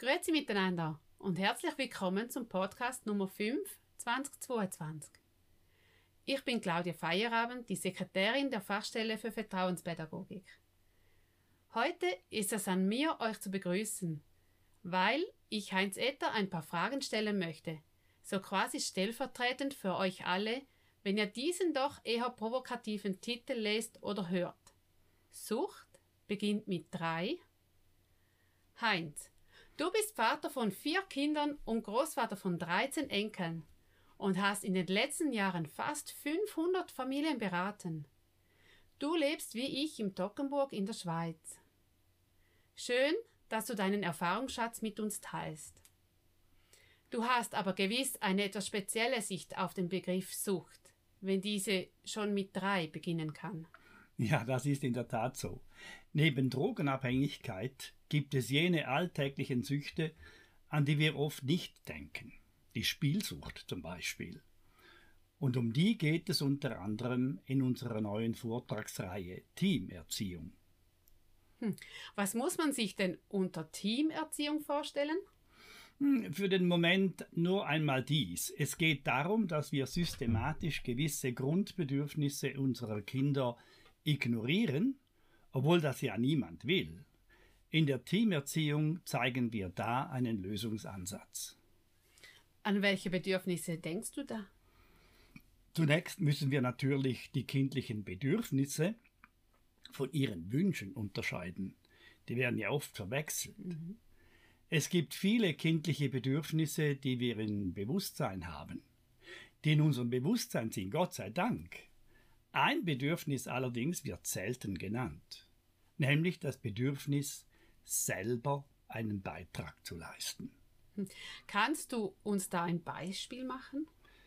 Grüezi miteinander und herzlich willkommen zum Podcast Nummer 5 2022. Ich bin Claudia Feierabend, die Sekretärin der Fachstelle für Vertrauenspädagogik. Heute ist es an mir, euch zu begrüßen, weil ich Heinz Etter ein paar Fragen stellen möchte, so quasi stellvertretend für euch alle, wenn ihr diesen doch eher provokativen Titel lest oder hört. Sucht beginnt mit 3. Heinz, du bist Vater von 4 Kindern und Großvater von 13 Enkeln und hast in den letzten Jahren fast 500 Familien beraten. Du lebst wie ich im Toggenburg in der Schweiz. Schön, dass du deinen Erfahrungsschatz mit uns teilst. Du hast aber gewiss eine etwas spezielle Sicht auf den Begriff Sucht, wenn diese schon mit 3 beginnen kann. Ja, das ist in der Tat so. Neben Drogenabhängigkeit gibt es jene alltäglichen Süchte, an die wir oft nicht denken. Die Spielsucht zum Beispiel. Und um die geht es unter anderem in unserer neuen Vortragsreihe Teamerziehung. Was muss man sich denn unter Teamerziehung vorstellen? Für den Moment nur einmal dies. Es geht darum, dass wir systematisch gewisse Grundbedürfnisse unserer Kinder ignorieren, obwohl das ja niemand will. In der Teamerziehung zeigen wir da einen Lösungsansatz. An welche Bedürfnisse denkst du da? Zunächst müssen wir natürlich die kindlichen Bedürfnisse von ihren Wünschen unterscheiden. Die werden ja oft verwechselt. Es gibt viele kindliche Bedürfnisse, die wir im Bewusstsein haben, die in unserem Bewusstsein sind, Gott sei Dank. Ein Bedürfnis allerdings wird selten genannt, nämlich das Bedürfnis, selber einen Beitrag zu leisten. Kannst du uns da ein Beispiel machen?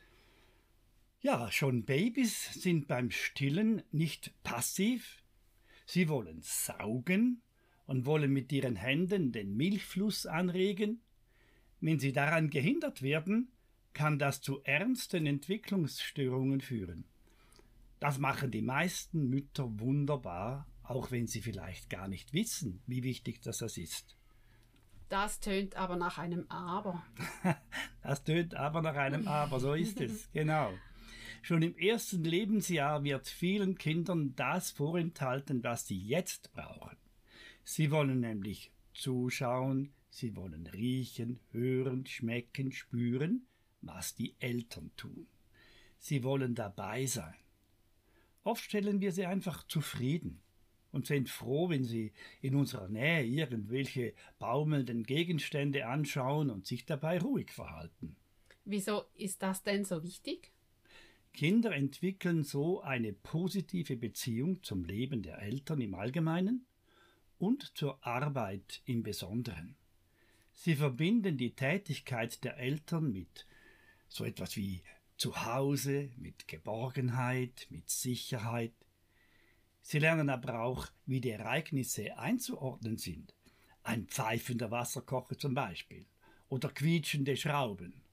Ja, schon Babys sind beim Stillen nicht passiv. Sie wollen saugen und wollen mit ihren Händen den Milchfluss anregen. Wenn sie daran gehindert werden, kann das zu ernsten Entwicklungsstörungen führen. Das machen die meisten Mütter wunderbar, auch wenn sie vielleicht gar nicht wissen, wie wichtig das ist. Das tönt aber nach einem Aber. Das tönt aber nach einem Aber, so ist es, genau. Schon im ersten Lebensjahr wird vielen Kindern das vorenthalten, was sie jetzt brauchen. Sie wollen nämlich zuschauen, sie wollen riechen, hören, schmecken, spüren, was die Eltern tun. Sie wollen dabei sein. Oft stellen wir sie einfach zufrieden und sind froh, wenn sie in unserer Nähe irgendwelche baumelnden Gegenstände anschauen und sich dabei ruhig verhalten. Wieso ist das denn so wichtig? Kinder entwickeln so eine positive Beziehung zum Leben der Eltern im Allgemeinen und zur Arbeit im Besonderen. Sie verbinden die Tätigkeit der Eltern mit so etwas wie Zuhause, mit Geborgenheit, mit Sicherheit. Sie lernen aber auch, wie die Ereignisse einzuordnen sind. Ein pfeifender Wasserkocher zum Beispiel oder quietschende Schrauben.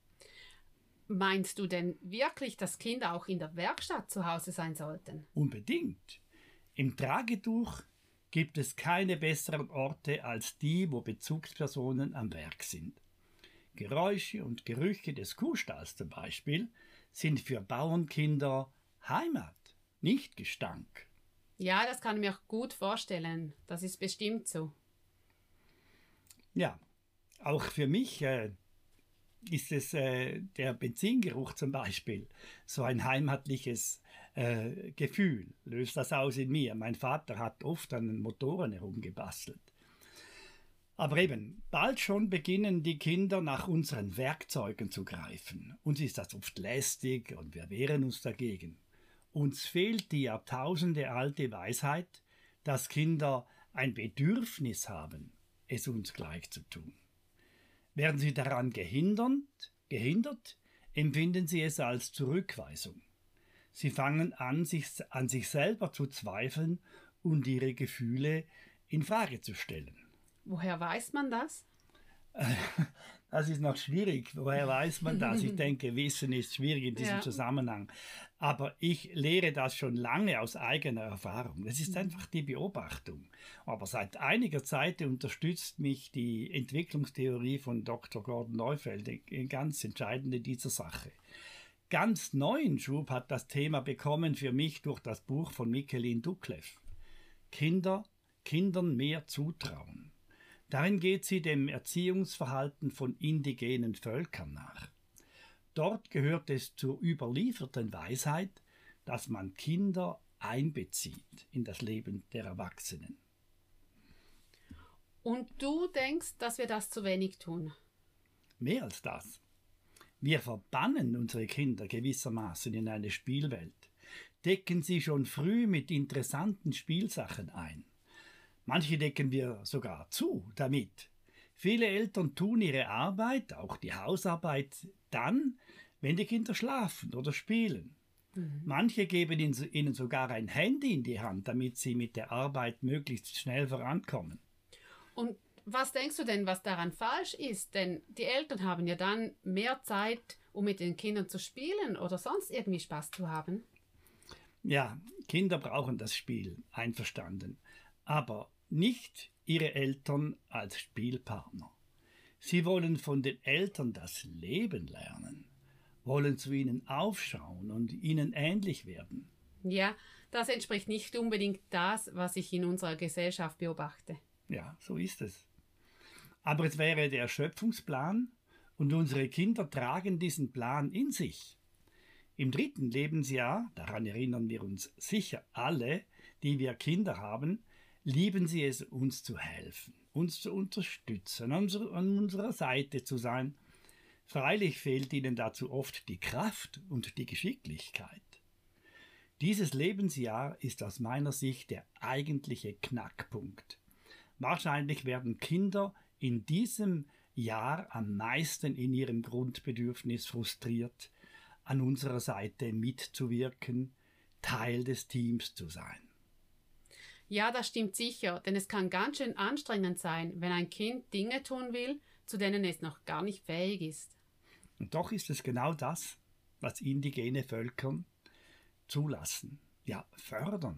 Meinst du denn wirklich, dass Kinder auch in der Werkstatt zu Hause sein sollten? Unbedingt. Im Tragetuch gibt es keine besseren Orte als die, wo Bezugspersonen am Werk sind. Geräusche und Gerüche des Kuhstalls zum Beispiel sind für Bauernkinder Heimat, nicht Gestank. Ja, das kann ich mir gut vorstellen. Das ist bestimmt so. Ja, auch für mich ist es der Benzingeruch zum Beispiel so ein heimatliches Gefühl, löst das aus in mir. Mein Vater hat oft an den Motoren herumgebastelt. Aber eben, bald schon beginnen die Kinder nach unseren Werkzeugen zu greifen. Uns ist das oft lästig und wir wehren uns dagegen. Uns fehlt die jahrtausendealte Weisheit, dass Kinder ein Bedürfnis haben, es uns gleich zu tun. Werden sie daran gehindert, empfinden sie es als Zurückweisung. Sie fangen an sich selber zu zweifeln und ihre Gefühle in Frage zu stellen. Woher weiß man das? Das ist noch schwierig. Woher weiß man das? Ich denke, Wissen ist schwierig in diesem Zusammenhang. Aber ich lehre das schon lange aus eigener Erfahrung. Das ist einfach die Beobachtung. Aber seit einiger Zeit unterstützt mich die Entwicklungstheorie von Dr. Gordon Neufeld, ganz entscheidend in dieser Sache. Ganz neuen Schub hat das Thema bekommen für mich durch das Buch von Michelin Doucleff. Kindern mehr zutrauen. Darin geht sie dem Erziehungsverhalten von indigenen Völkern nach. Dort gehört es zur überlieferten Weisheit, dass man Kinder einbezieht in das Leben der Erwachsenen. Und du denkst, dass wir das zu wenig tun? Mehr als das. Wir verbannen unsere Kinder gewissermaßen in eine Spielwelt, decken sie schon früh mit interessanten Spielsachen ein. Manche decken wir sogar zu damit. Viele Eltern tun ihre Arbeit, auch die Hausarbeit, dann, wenn die Kinder schlafen oder spielen. Manche geben ihnen sogar ein Handy in die Hand, damit sie mit der Arbeit möglichst schnell vorankommen. Und was denkst du denn, was daran falsch ist? Denn die Eltern haben ja dann mehr Zeit, um mit den Kindern zu spielen oder sonst irgendwie Spaß zu haben. Ja, Kinder brauchen das Spiel, einverstanden. Aber nicht ihre Eltern als Spielpartner. Sie wollen von den Eltern das Leben lernen, wollen zu ihnen aufschauen und ihnen ähnlich werden. Ja, das entspricht nicht unbedingt das, was ich in unserer Gesellschaft beobachte. Ja, so ist es. Aber es wäre der Schöpfungsplan und unsere Kinder tragen diesen Plan in sich. Im 3. Lebensjahr, daran erinnern wir uns sicher alle, die wir Kinder haben, lieben sie es, uns zu helfen, uns zu unterstützen, an unserer Seite zu sein. Freilich fehlt ihnen dazu oft die Kraft und die Geschicklichkeit. Dieses Lebensjahr ist aus meiner Sicht der eigentliche Knackpunkt. Wahrscheinlich werden Kinder in diesem Jahr am meisten in ihrem Grundbedürfnis frustriert, an unserer Seite mitzuwirken, Teil des Teams zu sein. Ja, das stimmt sicher, denn es kann ganz schön anstrengend sein, wenn ein Kind Dinge tun will, zu denen es noch gar nicht fähig ist. Und doch ist es genau das, was indigene Völker zulassen, ja fördern.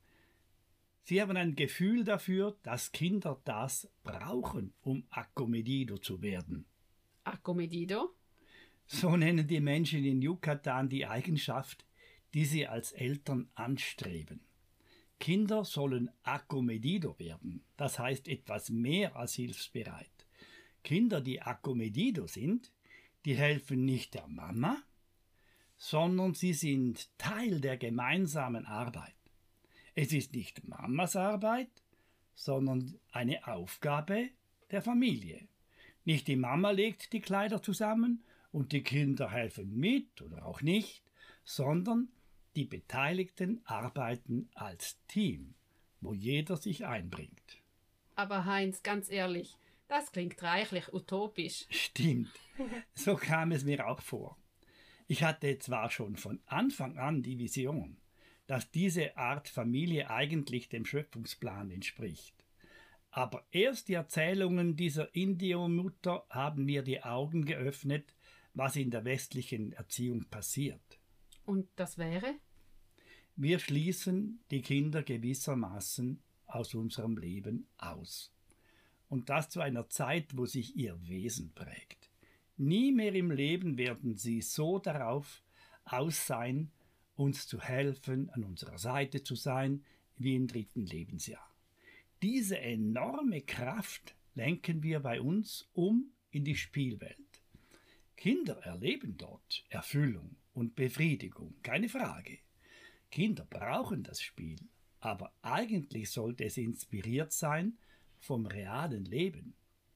Sie haben ein Gefühl dafür, dass Kinder das brauchen, um Acomedido zu werden. Acomedido? So nennen die Menschen in Yucatan die Eigenschaft, die sie als Eltern anstreben. Kinder sollen acomedido werden, das heißt etwas mehr als hilfsbereit. Kinder, die acomedido sind, die helfen nicht der Mama, sondern sie sind Teil der gemeinsamen Arbeit. Es ist nicht Mamas Arbeit, sondern eine Aufgabe der Familie. Nicht die Mama legt die Kleider zusammen und die Kinder helfen mit oder auch nicht, sondern die Beteiligten arbeiten als Team, wo jeder sich einbringt. Aber Heinz, ganz ehrlich, das klingt reichlich utopisch. Stimmt, so kam es mir auch vor. Ich hatte zwar schon von Anfang an die Vision, dass diese Art Familie eigentlich dem Schöpfungsplan entspricht. Aber erst die Erzählungen dieser Indio-Mutter haben mir die Augen geöffnet, was in der westlichen Erziehung passiert. Und das wäre? Wir schließen die Kinder gewissermaßen aus unserem Leben aus. Und das zu einer Zeit, wo sich ihr Wesen prägt. Nie mehr im Leben werden sie so darauf aus sein, uns zu helfen, an unserer Seite zu sein, wie im 3. Lebensjahr. Diese enorme Kraft lenken wir bei uns um in die Spielwelt. Kinder erleben dort Erfüllung und Befriedigung, keine Frage. Kinder brauchen das Spiel, aber eigentlich sollte es inspiriert sein vom realen Leben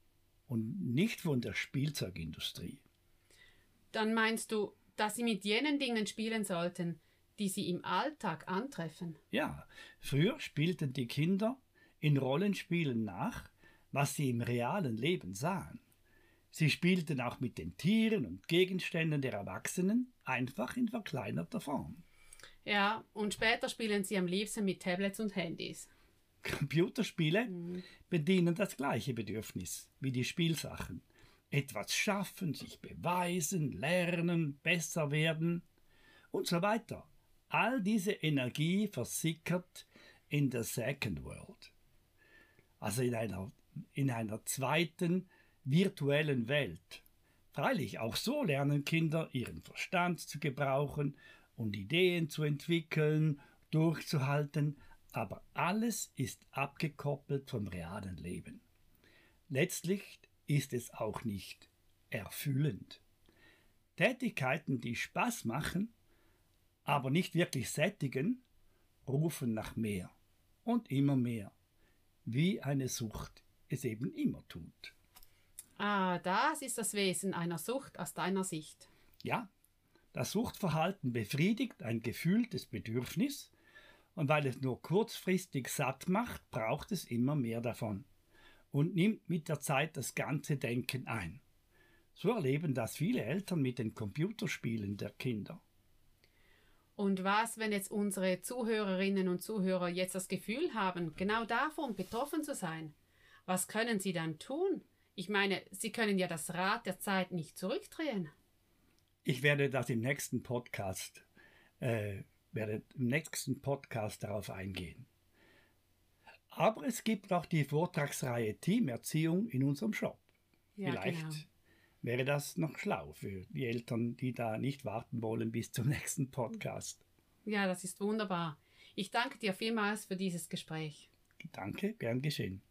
und nicht von der Spielzeugindustrie. Dann meinst du, dass sie mit jenen Dingen spielen sollten, die sie im Alltag antreffen? Ja, früher spielten die Kinder in Rollenspielen nach, was sie im realen Leben sahen. Sie spielten auch mit den Tieren und Gegenständen der Erwachsenen, einfach in verkleinerter Form. Ja, und später spielen sie am liebsten mit Tablets und Handys. Computerspiele bedienen das gleiche Bedürfnis wie die Spielsachen. etwas schaffen, sich beweisen, lernen, besser werden und so weiter. All diese Energie versickert in der Second World, also in einer zweiten virtuellen Welt. Freilich, auch so lernen Kinder ihren Verstand zu gebrauchen und Ideen zu entwickeln, durchzuhalten, aber alles ist abgekoppelt vom realen Leben. Letztlich ist es auch nicht erfüllend. Tätigkeiten, die Spaß machen, aber nicht wirklich sättigen, rufen nach mehr und immer mehr, wie eine Sucht es eben immer tut. Ah, das ist das Wesen einer Sucht aus deiner Sicht. Ja, das Suchtverhalten befriedigt ein gefühltes Bedürfnis und weil es nur kurzfristig satt macht, braucht es immer mehr davon und nimmt mit der Zeit das ganze Denken ein. So erleben das viele Eltern mit den Computerspielen der Kinder. Und was, wenn jetzt unsere Zuhörerinnen und Zuhörer jetzt das Gefühl haben, genau davon betroffen zu sein? Was können sie dann tun? Ich meine, sie können ja das Rad der Zeit nicht zurückdrehen. Ich werde das im nächsten Podcast darauf eingehen. Aber es gibt auch die Vortragsreihe Teamerziehung in unserem Shop. Ja, Vielleicht genau. wäre das noch schlau für die Eltern, die da nicht warten wollen bis zum nächsten Podcast. Ja, das ist wunderbar. Ich danke dir vielmals für dieses Gespräch. Danke, gern geschehen.